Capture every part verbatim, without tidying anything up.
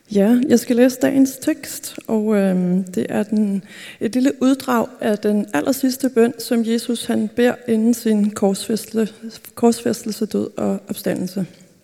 Ja, jeg skal læse dagens tekst, og øhm, det er den, et lille uddrag af den allersidste bøn, som Jesus han beder inden sin korsfæstelse, korsfæstelse, død og opstandelse.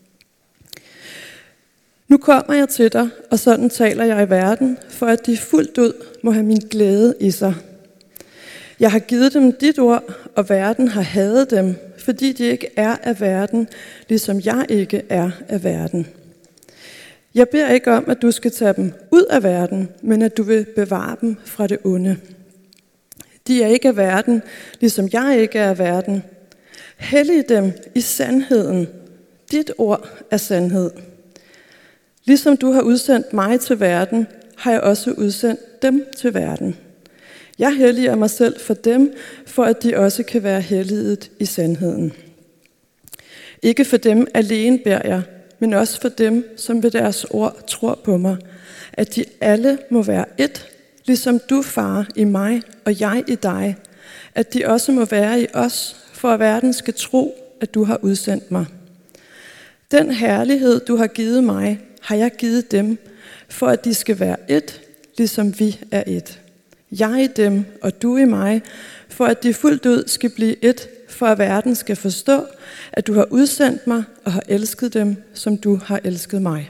Nu kommer jeg til dig, og sådan taler jeg i verden, for at de fuldt ud må have min glæde i sig. Jeg har givet dem dit ord, og verden har hadet dem, fordi de ikke er af verden, ligesom jeg ikke er af verden. Jeg beder ikke om, at du skal tage dem ud af verden, men at du vil bevare dem fra det onde. De er ikke af verden, ligesom jeg ikke er af verden. Hellig dem i sandheden. Dit ord er sandhed. Ligesom du har udsendt mig til verden, har jeg også udsendt dem til verden. Jeg helliger mig selv for dem, for at de også kan være helliget i sandheden. Ikke for dem alene beder jeg, men også for dem, som ved deres ord tror på mig, at de alle må være ét, ligesom du, far, i mig og jeg i dig, at de også må være i os, for at verden skal tro, at du har udsendt mig. Den herlighed, du har givet mig, har jeg givet dem, for at de skal være ét, ligesom vi er ét. Jeg i dem, og du i mig, for at de fuldt ud skal blive ét, for at verden skal forstå, at du har udsendt mig og har elsket dem, som du har elsket mig.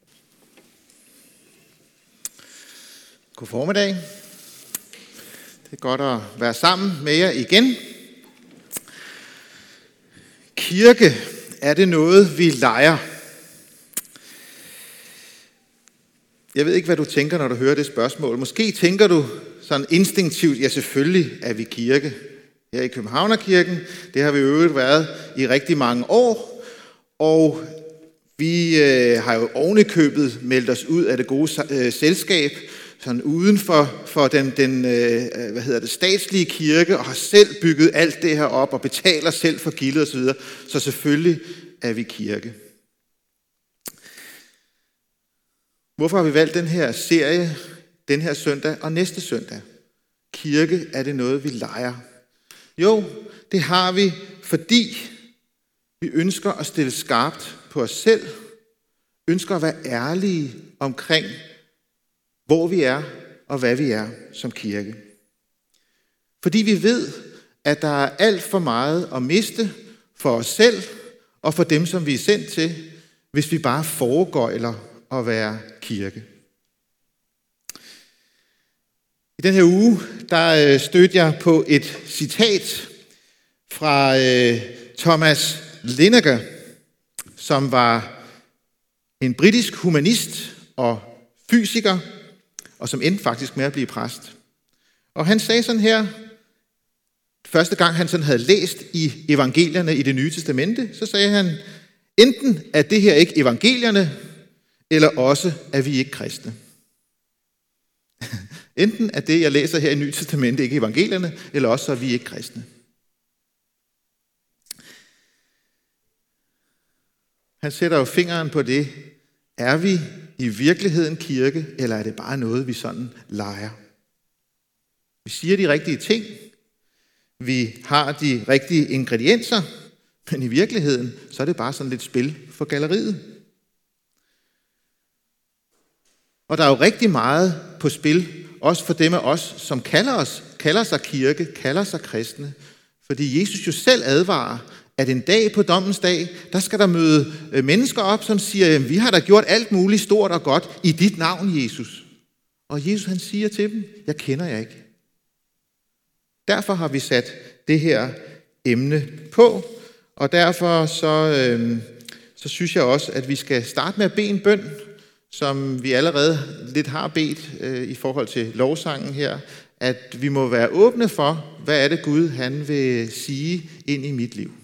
God formiddag. Det er godt at være sammen med jer igen. Kirke, er det noget, vi leger? Jeg ved ikke, hvad du tænker, når du hører det spørgsmål. Måske tænker du sådan instinktivt, ja selvfølgelig er vi kirke. Her i Københavnerkirken, det har vi øvrigt været i rigtig mange år, og vi øh, har jo ovenikøbet meldt os ud af det gode øh, selskab, sådan uden for, for den, den øh, hvad hedder det, statslige kirke, og har selv bygget alt det her op, og betaler selv for gildet osv., så selvfølgelig er vi kirke. Hvorfor har vi valgt den her serie, den her søndag og næste søndag? Kirke, er det noget, vi leger? Jo, det har vi, fordi vi ønsker at stille skarpt på os selv, ønsker at være ærlige omkring, hvor vi er og hvad vi er som kirke. Fordi vi ved, at der er alt for meget at miste for os selv og for dem, som vi er sendt til, hvis vi bare foregøjler at være kirke. I den her uge, der stødte jeg på et citat fra øh, Thomas Linacre, som var en britisk humanist og fysiker, og som endte faktisk med at blive præst. Og han sagde sådan her, første gang han sådan havde læst i evangelierne i Det Nye Testamente, så sagde han, enten er det her ikke evangelierne, eller også er vi ikke kristne. Enten er det, jeg læser her i Nye Testamente, ikke evangelierne, eller også så er vi ikke kristne. Han sætter jo fingeren på det. Er vi i virkeligheden kirke, eller er det bare noget, vi sådan leger? Vi siger de rigtige ting. Vi har de rigtige ingredienser. Men i virkeligheden, så er det bare sådan lidt spil for galleriet. Og der er jo rigtig meget på spil, også for dem af os, som kalder, os, kalder sig kirke, kalder sig kristne. Fordi Jesus jo selv advarer, at en dag på dommens dag, der skal der møde mennesker op, som siger, vi har da gjort alt muligt stort og godt i dit navn, Jesus. Og Jesus han siger til dem, jeg kender jer ikke. Derfor har vi sat det her emne på, og derfor så, øh, så synes jeg også, at vi skal starte med at bede en bøn, som vi allerede lidt har bedt øh, i forhold til lovsangen her, at vi må være åbne for, hvad er det Gud, han vil sige ind i mit liv.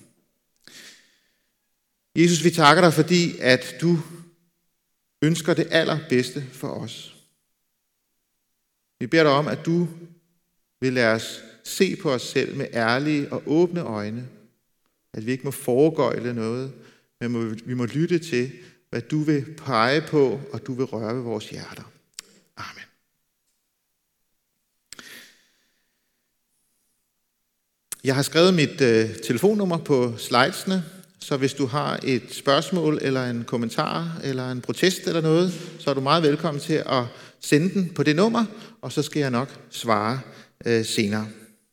Jesus, vi takker dig, fordi at du ønsker det allerbedste for os. Vi beder dig om, at du vil lade os se på os selv med ærlige og åbne øjne. At vi ikke må foregøjle noget, men vi må lytte til, hvad du vil pege på, og du vil røre ved vores hjerter. Amen. Jeg har skrevet mit øh, telefonnummer på slidesene, Så hvis du har et spørgsmål, eller en kommentar, eller en protest eller noget, så er du meget velkommen til at sende den på det nummer, og så skal jeg nok svare øh, senere.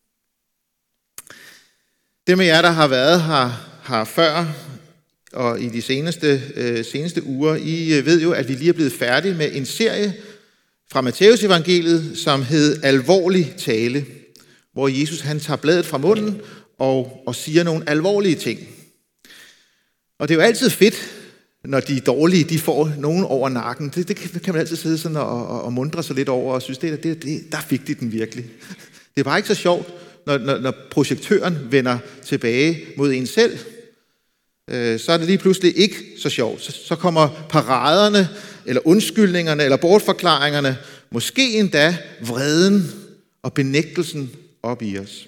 Dem af jer, der har været her, her før, og i de seneste, øh, seneste uger, I ved jo, at vi lige er blevet færdige med en serie fra Matthæus evangeliet, som hed Alvorlig tale, hvor Jesus han tager bladet fra munden og, og siger nogle alvorlige ting. Og det er jo altid fedt, når de dårlige de får nogen over nakken. Det, det kan man altid sidde sådan og, og, og mundre sig lidt over og synes, det, det, det, der fik de den virkelig. Det er bare ikke så sjovt, når, når, når projektøren vender tilbage mod en selv. Øh, så er det lige pludselig ikke så sjovt. Så, så kommer paraderne, eller undskyldningerne, eller bortforklaringerne, måske endda vreden og benægtelsen op i os.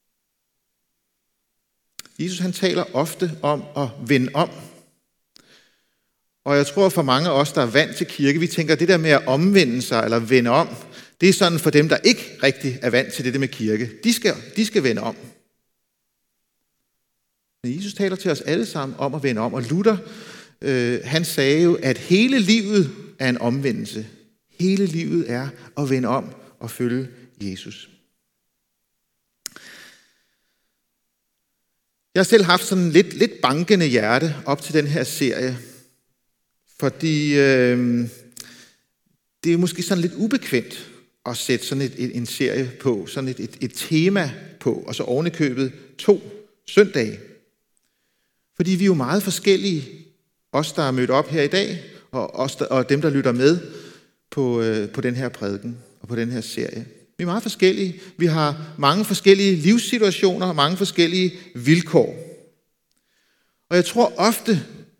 Jesus han taler ofte om at vende om. Og jeg tror for mange af os, der er vant til kirke, vi tænker, at det der med at omvende sig eller vende om, det er sådan for dem, der ikke rigtig er vant til det der med kirke. De skal, de skal vende om. Men Jesus taler til os alle sammen om at vende om. Og Luther, øh, han sagde jo, at hele livet er en omvendelse. Hele livet er at vende om og følge Jesus. Jeg har selv haft sådan lidt, lidt bankende hjerte op til den her serie, fordi øh, det er måske sådan lidt ubekvemt at sætte sådan et, et, en serie på, sådan et, et, et tema på, og så ovenikøbet to søndage. Fordi vi er jo meget forskellige, os der er mødt op her i dag, og, os, der, og dem der lytter med på, øh, på den her prædiken og på den her serie. Vi er meget forskellige. Vi har mange forskellige livssituationer og mange forskellige vilkår. Og jeg tror ofte,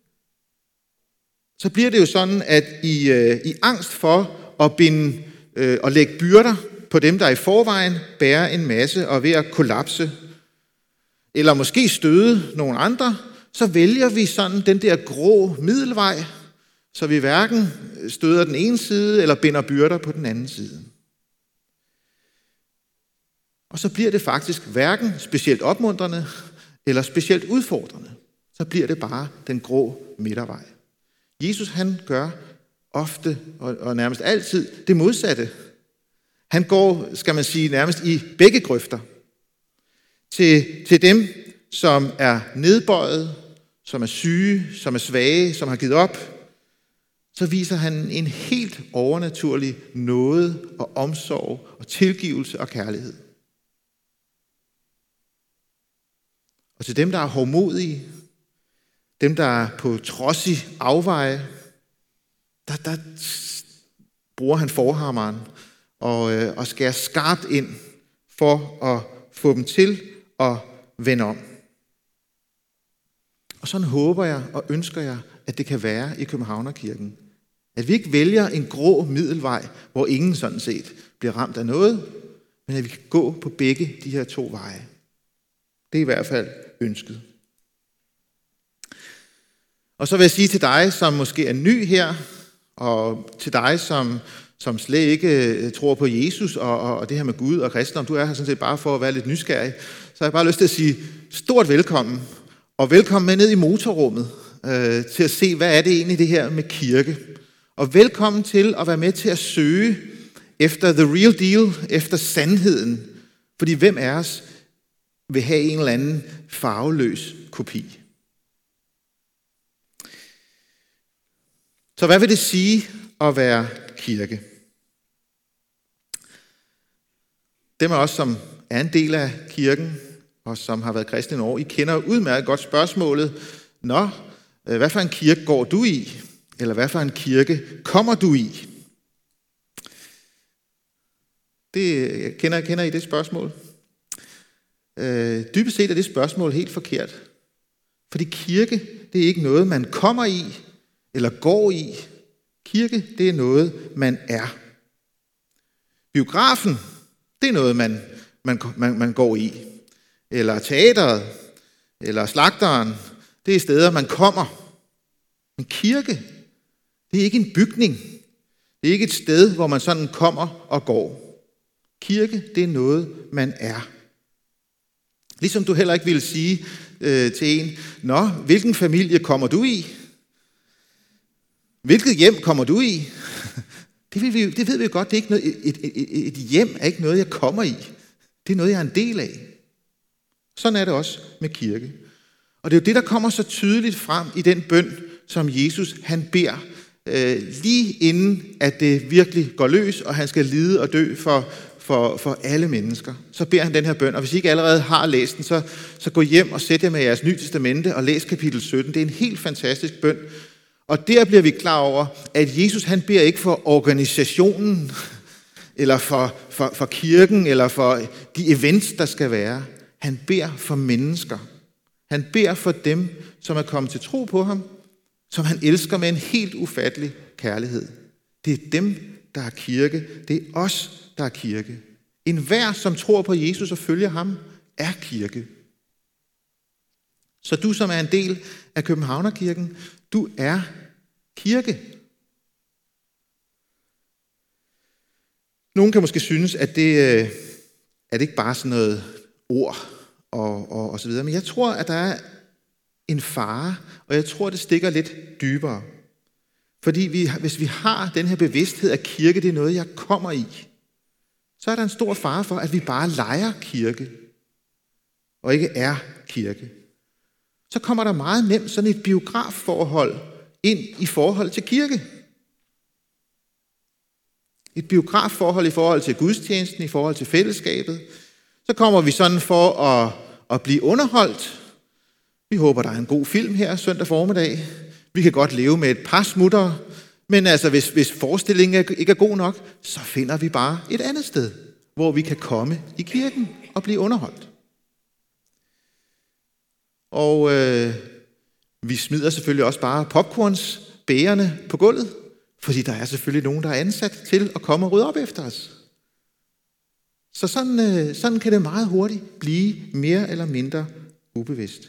så bliver det jo sådan, at i, øh, i angst for at binde øh, og lægge byrder på dem, der i forvejen bærer en masse og er ved at kollapse, eller måske støde nogle andre, så vælger vi sådan den der grå middelvej, så vi hverken støder den ene side eller binder byrder på den anden side. Og så bliver det faktisk hverken specielt opmuntrende eller specielt udfordrende. Så bliver det bare den grå midtervej. Jesus han gør ofte og, og nærmest altid det modsatte. Han går, skal man sige, nærmest i begge grøfter. Til, til dem, som er nedbøjet, som er syge, som er svage, som har givet op, så viser han en helt overnaturlig nåde og omsorg og tilgivelse og kærlighed. Og til dem, der er hovmodige, dem, der er på trodsig afveje, der, der bruger han forhammeren og, øh, og skærer skarpt ind for at få dem til at vende om. Og sådan håber jeg og ønsker jeg, at det kan være i Københavnerkirken. At vi ikke vælger en grå middelvej, hvor ingen sådan set bliver ramt af noget, men at vi kan gå på begge de her to veje. Det er i hvert fald ønsket. Og så vil jeg sige til dig, som måske er ny her, og til dig, som, som slet ikke tror på Jesus og, og, og det her med Gud og kristendom, du er her sådan set bare for at være lidt nysgerrig, så har jeg bare lyst til at sige stort velkommen, og velkommen med ned i motorrummet, øh, til at se, hvad er det egentlig det her med kirke. Og velkommen til at være med til at søge efter the real deal, efter sandheden. Fordi hvem af os vil have en eller anden farveløs kopi? Så hvad vil det sige at være kirke? Dem af os, som er en del af kirken, og som har været kristne nogle år, I kender udmærket godt spørgsmålet, nå, hvad for en kirke går du i? Eller hvad for en kirke kommer du i? Det, kender, kender I det spørgsmål? Øh, dybest set er det spørgsmål helt forkert. Fordi kirke, det er ikke noget, man kommer i, eller går i. Kirke, det er noget, man er. Biografen, det er noget, man, man, man, man går i. Eller teateret, eller slagteren, det er steder, man kommer. Men kirke, det er ikke en bygning. Det er ikke et sted, hvor man sådan kommer og går. Kirke, det er noget, man er. Ligesom du heller ikke ville sige, øh, til en, nå, hvilken familie kommer du i? Hvilket hjem kommer du i? Det ved vi, det ved vi jo godt, det er ikke noget, et, et, et, et hjem er ikke noget, jeg kommer i. Det er noget, jeg er en del af. Sådan er det også med kirke. Og det er jo det, der kommer så tydeligt frem i den bøn, som Jesus han beder, øh, lige inden at det virkelig går løs, og han skal lide og dø for, for, for alle mennesker. Så beder han den her bøn, og hvis I ikke allerede har læst den, så, så gå hjem og sæt jer med jeres Nye Testamente og læs kapitel sytten. Det er en helt fantastisk bøn. Og der bliver vi klar over, at Jesus han beder ikke for organisationen, eller for, for, for kirken, eller for de events, der skal være. Han beder for mennesker. Han beder for dem, som er kommet til tro på ham, som han elsker med en helt ufattelig kærlighed. Det er dem, der er kirke. Det er os, der er kirke. En hver, som tror på Jesus og følger ham, er kirke. Så du, som er en del af Københavnerkirken, du er kirke. Nogen kan måske synes, at det, at det ikke bare er sådan noget ord og, og, og så videre. Men jeg tror, at der er en fare, og jeg tror, det stikker lidt dybere. Fordi vi, hvis vi har den her bevidsthed, at kirke det er noget, jeg kommer i, så er der en stor fare for, at vi bare leger kirke, og ikke er kirke. Så kommer der meget nemt sådan et biografforhold ind i forhold til kirke. Et biografforhold i forhold til gudstjenesten, i forhold til fællesskabet. Så kommer vi sådan for at, at blive underholdt. Vi håber, der er en god film her søndag formiddag. Vi kan godt leve med et par smutter, men altså, hvis, hvis forestillingen ikke er god nok, så finder vi bare et andet sted, hvor vi kan komme i kirken og blive underholdt. Og øh, vi smider selvfølgelig også bare popcornsbærerne på gulvet, fordi der er selvfølgelig nogen, der er ansat til at komme og rydde op efter os. Så sådan, øh, sådan kan det meget hurtigt blive mere eller mindre ubevidst.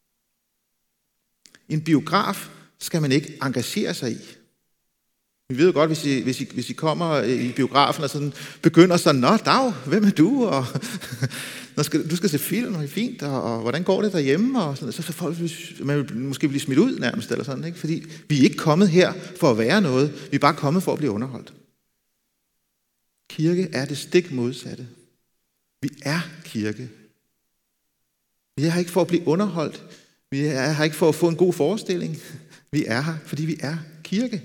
En biograf skal man ikke engagere sig i. Vi ved jo godt, hvis I, hvis I, hvis I kommer i biografen og sådan begynder sådan, nå dag, hvem er du? Og skal, du skal se film, og det er fint, og, og hvordan går det derhjemme? Og sådan, så får folk, man vil måske blive smidt ud nærmest, eller sådan, ikke? Fordi vi er ikke kommet her for at være noget, vi er bare kommet for at blive underholdt. Kirke er det stik modsatte. Vi er kirke. Vi er her ikke for at blive underholdt. Vi er her ikke for at få en god forestilling. Vi er her, fordi vi er kirke.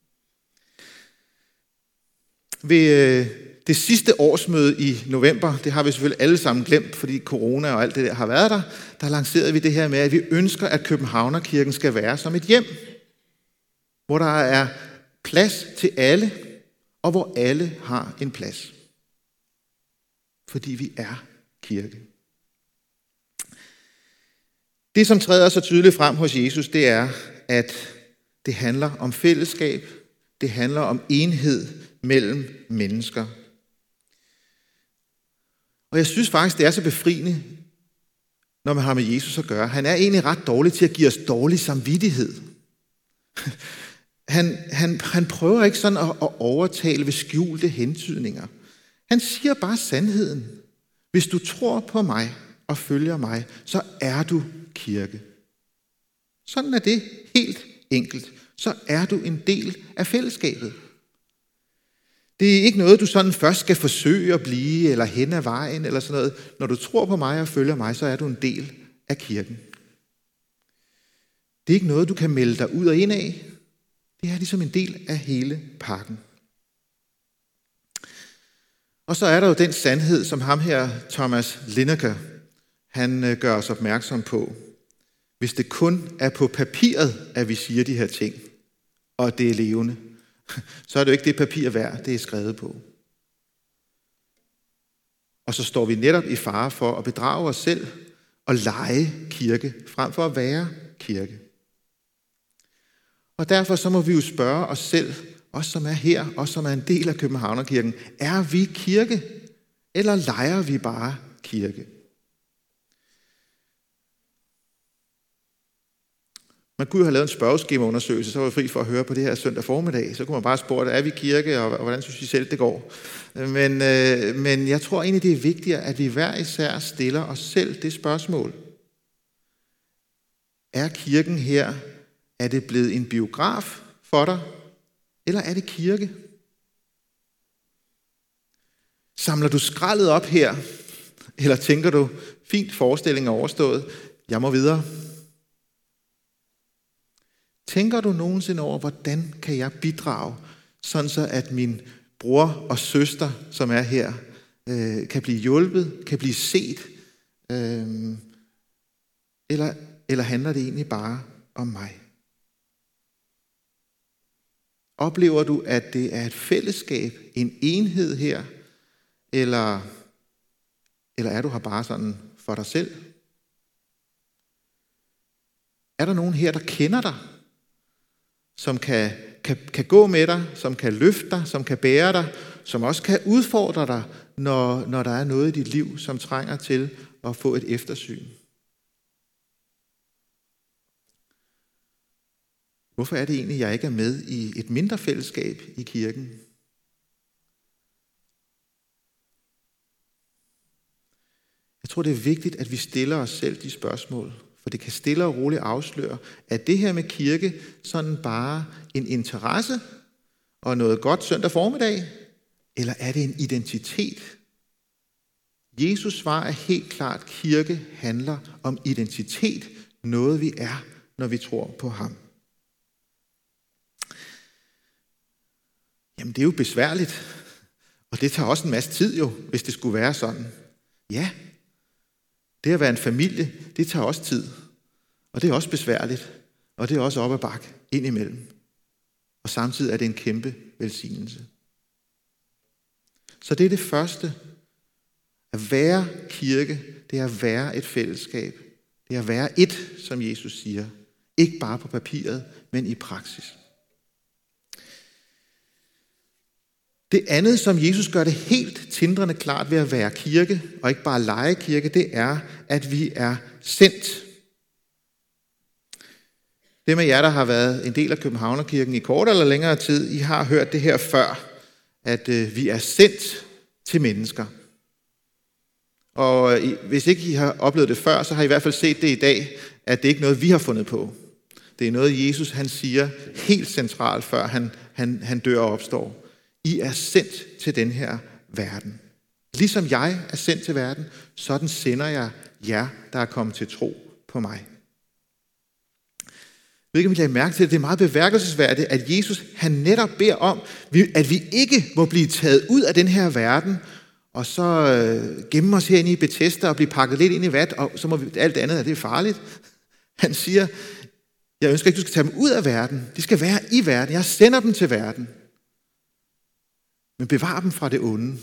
Ved det sidste årsmøde i november, det har vi selvfølgelig alle sammen glemt, fordi corona og alt det der har været der, der lancerede vi det her med, at vi ønsker, at Københavnerkirken skal være som et hjem, hvor der er plads til alle, og hvor alle har en plads. Fordi vi er kirke. Det, som træder så tydeligt frem hos Jesus, det er, at det handler om fællesskab, det handler om enhed mellem mennesker. Og jeg synes faktisk, det er så befriende, når man har med Jesus at gøre. Han er egentlig ret dårlig til at give os dårlig samvittighed. Han, han, han prøver ikke sådan at, at overtale ved skjulte hentydninger. Han siger bare sandheden. Hvis du tror på mig og følger mig, så er du kirke. Sådan er det helt enkelt. Så er du en del af fællesskabet. Det er ikke noget, du sådan først skal forsøge at blive, eller hen ad vejen, eller sådan noget. Når du tror på mig og følger mig, så er du en del af kirken. Det er ikke noget, du kan melde dig ud og ind af. Det er ligesom en del af hele pakken. Og så er der jo den sandhed, som ham her, Thomas Linneker, han gør os opmærksom på. Hvis det kun er på papiret, at vi siger de her ting, og det er levende, så er det jo ikke det papir værd, det er skrevet på. Og så står vi netop i fare for at bedrage os selv og lege kirke, frem for at være kirke. Og derfor så må vi jo spørge os selv, os som er her, os som er en del af Københavnerkirken, er vi kirke, eller leger vi bare kirke? Man kunne jo have lavet en spørgeskemaundersøgelse, så var vi fri for at høre på det her søndag formiddag. Så kunne man bare spørge, er vi kirke, og hvordan synes I selv, det går? Men, øh, men jeg tror egentlig, det er vigtigere, at vi hver især stiller os selv det spørgsmål. Er kirken her, er det blevet en biograf for dig, eller er det kirke? Samler du skraldet op her, eller tænker du, fint, forestilling er overstået, jeg må videre? Tænker du nogensinde over, hvordan kan jeg bidrage, sådan så at min bror og søster, som er her, øh, kan blive hjulpet, kan blive set? Øh, eller, eller handler det egentlig bare om mig? Oplever du, at det er et fællesskab, en enhed her, eller, eller er du her bare sådan for dig selv? Er der nogen her, der kender dig, som kan, kan, kan gå med dig, som kan løfte dig, som kan bære dig, som også kan udfordre dig, når, når der er noget i dit liv, som trænger til at få et eftersyn? Hvorfor er det egentlig, at jeg ikke er med i et mindre fællesskab i kirken? Jeg tror, det er vigtigt, at vi stiller os selv de spørgsmål, for det kan stille og roligt afsløre, at det her med kirke sådan bare en interesse og noget godt søndag formiddag, eller er det en identitet? Jesus svar er helt klart, kirke handler om identitet, noget vi er, når vi tror på ham. Jamen det er jo besværligt, og det tager også en masse tid jo, hvis det skulle være sådan. Ja, det at være en familie, det tager også tid, og det er også besværligt, og det er også op ad bakke indimellem. Og samtidig er det en kæmpe velsignelse. Så det er det første. At være kirke, det er at være et fællesskab. Det er at være et, som Jesus siger. Ikke bare på papiret, men i praksis. Det andet, som Jesus gør det helt tindrende klart ved at være kirke, og ikke bare lege kirke, det er, at vi er sendt. Dem af jer, der har været en del af Københavnerkirken i kort eller længere tid, I har hørt det her før, at øh, vi er sendt til mennesker. Og øh, hvis ikke I har oplevet det før, så har I i hvert fald set det i dag, at det ikke er noget, vi har fundet på. Det er noget, Jesus han siger helt centralt, før han, han, han dør og opstår. I er sendt til den her verden. Ligesom jeg er sendt til verden, sådan sender jeg jer, der er kommet til tro på mig. Jeg ved ikke, om I lader mærke til det. Det er meget beværkelsesværdigt, at Jesus han netop beder om, at vi ikke må blive taget ud af den her verden, og så øh, gemme os herinde i Bethesda og blive pakket lidt ind i vat, og så må vi alt det andet, at det er farligt. Han siger, jeg ønsker ikke, du skal tage dem ud af verden. De skal være i verden. Jeg sender dem til verden. Men bevar dem fra det onde.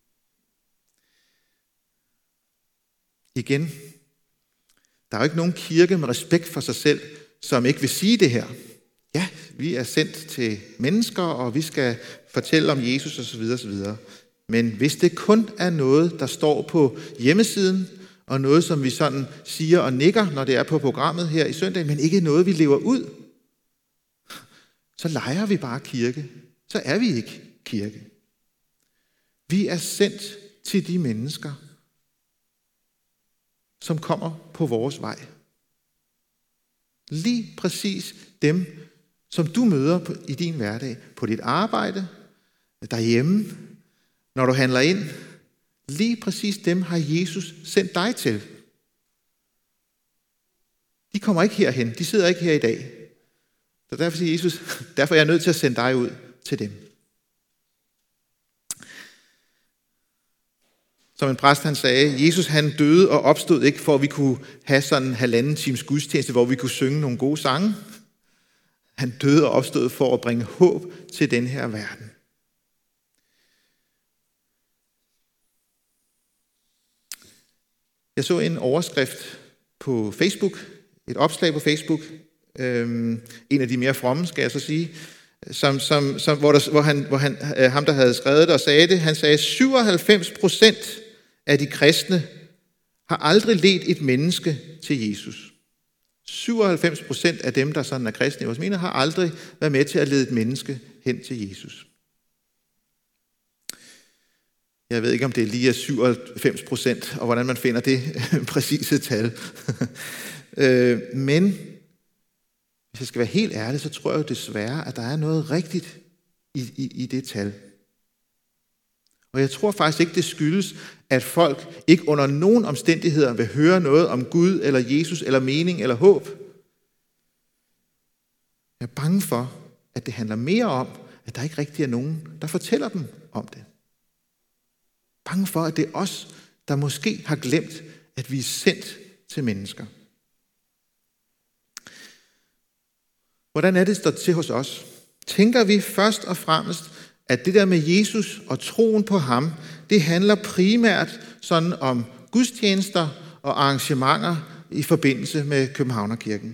Igen, der er jo ikke nogen kirke med respekt for sig selv, som ikke vil sige det her. Ja, vi er sendt til mennesker, og vi skal fortælle om Jesus osv. osv. Men hvis det kun er noget, der står på hjemmesiden, og noget, som vi sådan siger og nikker, når det er på programmet her i søndag, men ikke noget, vi lever ud, så leger vi bare kirke. Så er vi ikke kirke. Vi er sendt til de mennesker, som kommer på vores vej. Lige præcis dem, som du møder i din hverdag, på dit arbejde, derhjemme, når du handler ind. Lige præcis dem har Jesus sendt dig til. De kommer ikke herhen, de sidder ikke her i dag. Så derfor siger Jesus, derfor er jeg nødt til at sende dig ud til dem. Som en præst han sagde, Jesus han døde og opstod ikke, for at vi kunne have sådan en halvanden times gudstjeneste, hvor vi kunne synge nogle gode sange. Han døde og opstod for at bringe håb til den her verden. Jeg så en overskrift på Facebook, et opslag på Facebook, øhm, en af de mere fromme, skal jeg så sige, som, som, som, hvor, der, hvor, han, hvor han, øh, ham, der havde skrevet det og sagde det, han sagde, syvoghalvfems procent af de kristne har aldrig ledt et menneske til Jesus. syvoghalvfems procent af dem, der sådan er kristne i vores mener, har aldrig været med til at lede et menneske hen til Jesus. Jeg ved ikke, om det lige er syvoghalvfems procent, og hvordan man finder det præcise tal. Men Hvis jeg skal være helt ærlig, så tror jeg jo desværre, at der er noget rigtigt i, i, i det tal. Og jeg tror faktisk ikke, det skyldes, at folk ikke under nogen omstændigheder vil høre noget om Gud, eller Jesus, eller mening, eller håb. Jeg er bange for, at det handler mere om, at der ikke rigtig er nogen, der fortæller dem om det. Bange for, at det er os, der måske har glemt, at vi er sendt til mennesker. Hvordan er det står til hos os? Tænker vi først og fremmest, at det der med Jesus og troen på ham, det handler primært sådan om gudstjenester og arrangementer i forbindelse med Københavnerkirken.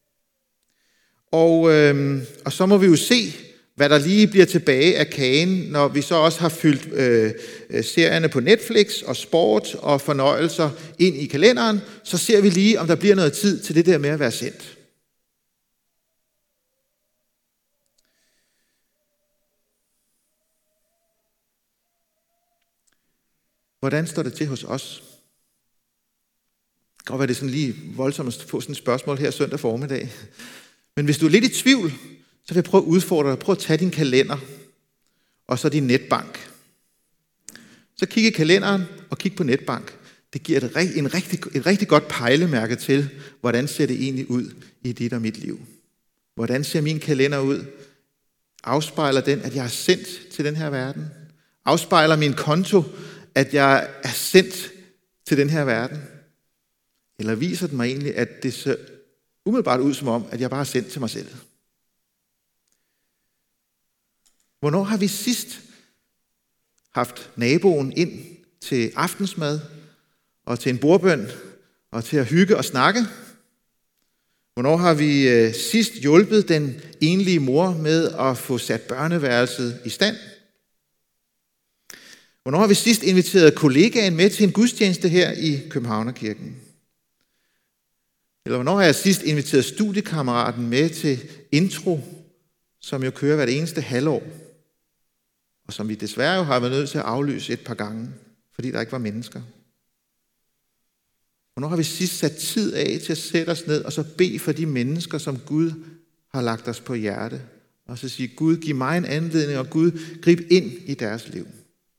Og, øh, og så må vi jo se, hvad der lige bliver tilbage af kagen, når vi så også har fyldt øh, serierne på Netflix og sport og fornøjelser ind i kalenderen, så ser vi lige, om der bliver noget tid til det der med at være sendt. Hvordan står det til hos os? Det kan godt være, det er sådan lige voldsomt at få sådan et spørgsmål her søndag formiddag. Men hvis du er lidt i tvivl, så vil jeg prøve at udfordre dig. Prøv at tage din kalender, og så din netbank. Så kig i kalenderen, og kig på netbank. Det giver et, en rigtig, et rigtig godt pejlemærke til, hvordan ser det egentlig ud i dit og mit liv. Hvordan ser min kalender ud? Afspejler den, at jeg er sendt til den her verden? Afspejler min konto, at jeg er sendt til den her verden? Eller viser den mig egentlig, at det ser umiddelbart ud som om, at jeg bare er sendt til mig selv? Hvornår har vi sidst haft naboen ind til aftensmad og til en bordbøn og til at hygge og snakke? Hvornår har vi sidst hjulpet den enlige mor med at få sat børneværelset i stand? Hvornår har vi sidst inviteret kollegaen med til en gudstjeneste her i Københavnerkirken? Eller hvornår har jeg sidst inviteret studiekammeraten med til intro, som jo kører hvert eneste halvår, og som vi desværre jo har været nødt til at aflyse et par gange, fordi der ikke var mennesker? Hvornår har vi sidst sat tid af til at sætte os ned og så bede for de mennesker, som Gud har lagt os på hjerte, og så sige, Gud, giv mig en anledning, og Gud, grib ind i deres liv?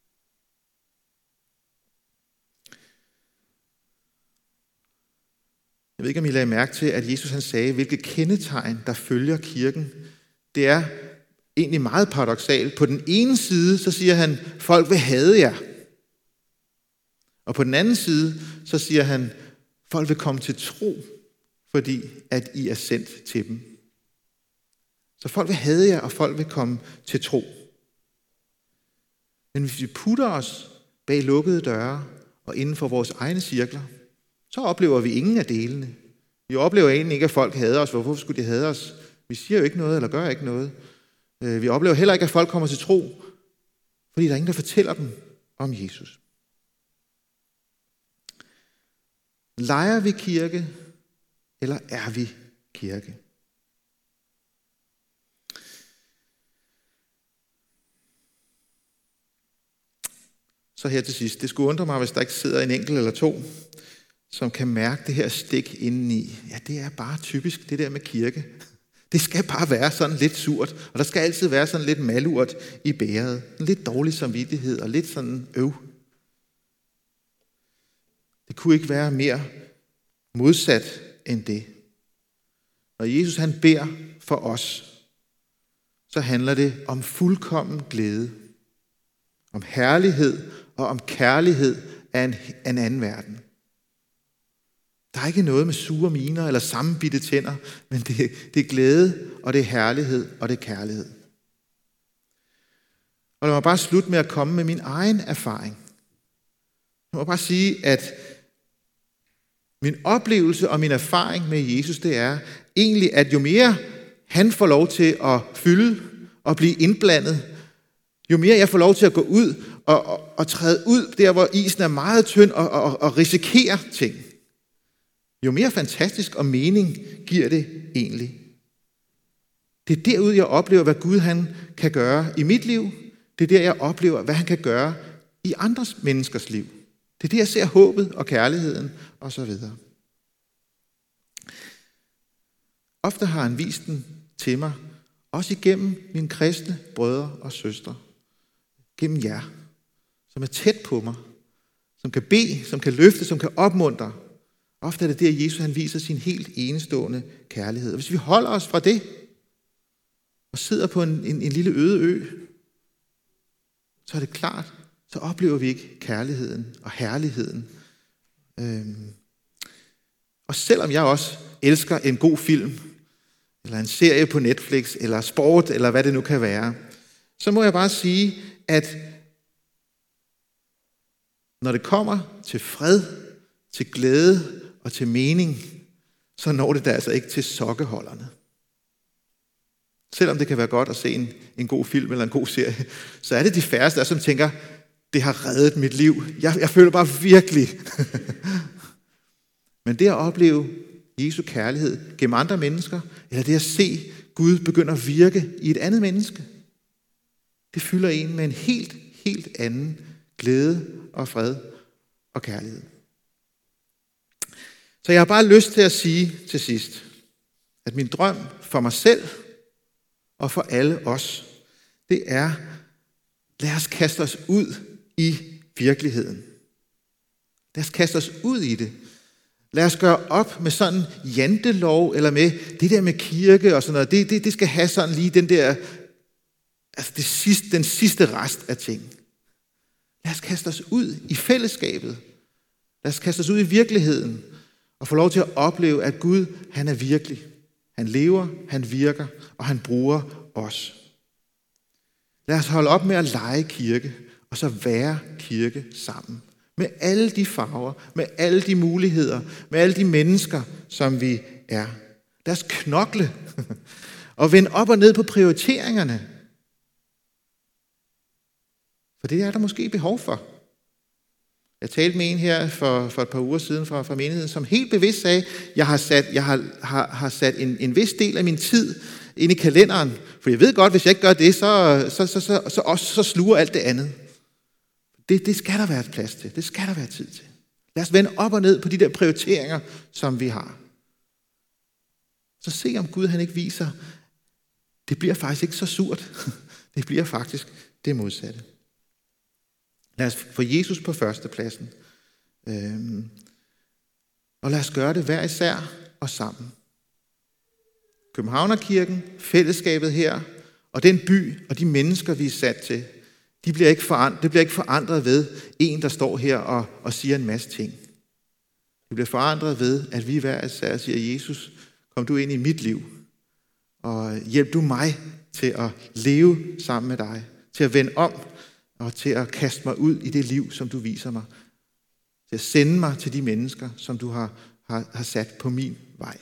Jeg ved ikke, om I lagde mærke til, at Jesus han sagde, hvilke kendetegn, der følger kirken. Det er egentlig meget paradoksalt. På den ene side, så siger han, folk vil hade jer. Og på den anden side, så siger han, folk vil komme til tro, fordi at I er sendt til dem. Så folk vil hade jer, og folk vil komme til tro. Men hvis vi putter os bag lukkede døre og inden for vores egne cirkler, så oplever vi ingen af delene. Vi oplever egentlig ikke, at folk hader os. Hvorfor skulle de hade os? Vi siger jo ikke noget, eller gør ikke noget. Vi oplever heller ikke, at folk kommer til tro, fordi der er ingen, der fortæller dem om Jesus. Leger vi kirke, eller er vi kirke? Så her til sidst. Det skulle undre mig, hvis der ikke sidder en enkelt eller to, som kan mærke det her stik indeni. Ja, det er bare typisk det der med kirke. Det skal bare være sådan lidt surt, og der skal altid være sådan lidt malurt i bæret. Lidt dårlig samvittighed og lidt sådan øv. Det kunne ikke være mere modsat end det. Når Jesus han beder for os, så handler det om fuldkommen glæde, om herlighed og om kærlighed af en, af en anden verden. Der er ikke noget med sure miner eller sammenbitte tænder, men det, det er glæde, og det er herlighed, og det er kærlighed. Og lad mig bare slutte med at komme med min egen erfaring. Jeg må bare sige, at min oplevelse og min erfaring med Jesus, det er egentlig, at jo mere han får lov til at fylde og blive indblandet, jo mere jeg får lov til at gå ud og, og, og træde ud der, hvor isen er meget tynd og, og, og risikere ting, jo mere fantastisk og mening giver det egentlig. Det er derude, jeg oplever, hvad Gud han kan gøre i mit liv. Det er der, jeg oplever, hvad han kan gøre i andres menneskers liv. Det er der, jeg ser håbet og kærligheden osv. Ofte har han vist den til mig, også igennem mine kristne brødre og søstre. Gennem jer, som er tæt på mig, som kan bede, som kan løfte, som kan opmuntre. Ofte er det der, Jesus han viser sin helt enestående kærlighed. Og hvis vi holder os fra det, og sidder på en, en, en lille øde ø, så er det klart, så oplever vi ikke kærligheden og herligheden. Øhm. Og selvom jeg også elsker en god film, eller en serie på Netflix, eller sport, eller hvad det nu kan være, så må jeg bare sige, at når det kommer til fred, til glæde og til mening, så når det da altså ikke til sokkeholderne. Selvom det kan være godt at se en, en god film eller en god serie, så er det de færreste, der som tænker, det har reddet mit liv. Jeg, jeg føler bare virkelig. Men det at opleve Jesu kærlighed gennem andre mennesker, eller det at se Gud begynde at virke i et andet menneske, det fylder en med en helt, helt anden glæde og fred og kærlighed. Så jeg har bare lyst til at sige til sidst, at min drøm for mig selv og for alle os, det er, lad os kaste os ud i virkeligheden. Lad os kaste os ud i det. Lad os gøre op med sådan jantelov, eller med det der med kirke og sådan noget. Det, det, det skal have sådan lige den der, altså det sidste, den sidste rest af ting. Lad os kaste os ud i fællesskabet. Lad os kaste os ud i virkeligheden og få lov til at opleve, at Gud, han er virkelig. Han lever, han virker, og han bruger os. Lad os holde op med at lege kirke, og så være kirke sammen. Med alle de farver, med alle de muligheder, med alle de mennesker, som vi er. Lad os knokle og vende op og ned på prioriteringerne. For det er der måske behov for. Jeg talte med en her for, for et par uger siden fra, fra menigheden, som helt bevidst sagde, jeg har sat, jeg har, har, har sat en, en vis del af min tid ind i kalenderen. For jeg ved godt, hvis jeg ikke gør det, så, så, så, så, så, også, så sluger alt det andet. Det, det skal der være et plads til. Det skal der være tid til. Lad os vende op og ned på de der prioriteringer, som vi har. Så se om Gud han ikke viser, det bliver faktisk ikke så surt. Det bliver faktisk det modsatte. Lad os få Jesus på førstepladsen. Øhm, og lad os gøre det hver især og sammen. Københavnerkirken, fællesskabet her, og den by og de mennesker, vi er sat til, de bliver ikke forandret, det bliver ikke forandret ved en, der står her og, og siger en masse ting. Det bliver forandret ved, at vi hver især siger, Jesus, kom du ind i mit liv, og hjælp du mig til at leve sammen med dig, til at vende om, og til at kaste mig ud i det liv, som du viser mig. Til at sende mig til de mennesker, som du har, har, har sat på min vej.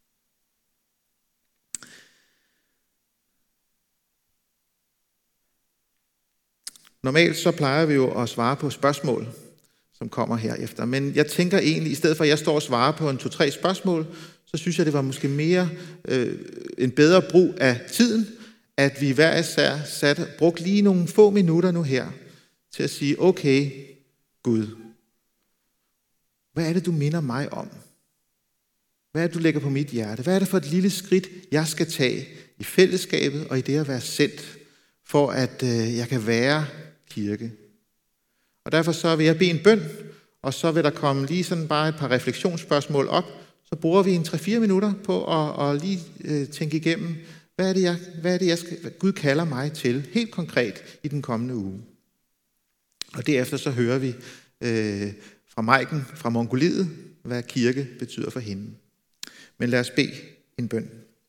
Normalt så plejer vi jo at svare på spørgsmål, som kommer herefter. Men jeg tænker egentlig, i stedet for at jeg står og svarer på en to-tre spørgsmål, så synes jeg, det var måske mere øh, en bedre brug af tiden, at vi hver især satte, brugt lige nogle få minutter nu her, til at sige, okay, Gud, hvad er det, du minder mig om? Hvad er det, du lægger på mit hjerte? Hvad er det for et lille skridt, jeg skal tage i fællesskabet og i det at være sendt, for at øh, jeg kan være kirke? Og derfor så vil jeg bede en bøn, og så vil der komme lige sådan bare et par refleksionsspørgsmål op. Så bruger vi en tre-fire minutter på at, at lige øh, tænke igennem, hvad er det, jeg, hvad er det jeg skal, hvad Gud kalder mig til, helt konkret i den kommende uge. Og derefter så hører vi øh, fra Maiken fra Mongoliet, hvad kirke betyder for hende. Men lad os bede en bøn.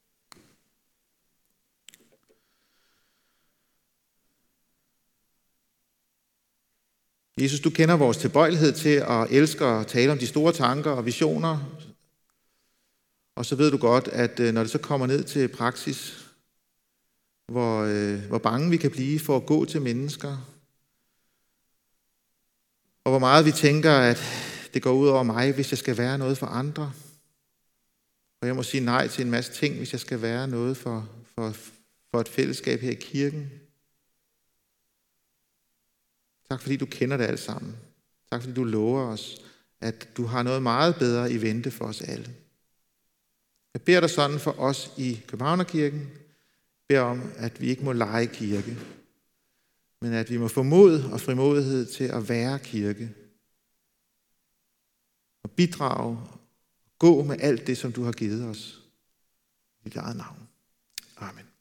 Jesus, du kender vores tilbøjelighed til at elske og tale om de store tanker og visioner. Og så ved du godt, at når det så kommer ned til praksis, hvor, øh, hvor bange vi kan blive for at gå til mennesker, og hvor meget vi tænker, at det går ud over mig, hvis jeg skal være noget for andre. Og jeg må sige nej til en masse ting, hvis jeg skal være noget for, for, for et fællesskab her i kirken. Tak fordi du kender det alt sammen. Tak fordi du lover os, at du har noget meget bedre i vente for os alle. Jeg beder dig sådan for os i Københavnerkirken. Jeg beder om, at vi ikke må lege kirke, men at vi må få mod og frimodighed til at være kirke. Og bidrage, gå med alt det, som du har givet os. I dit eget navn. Amen.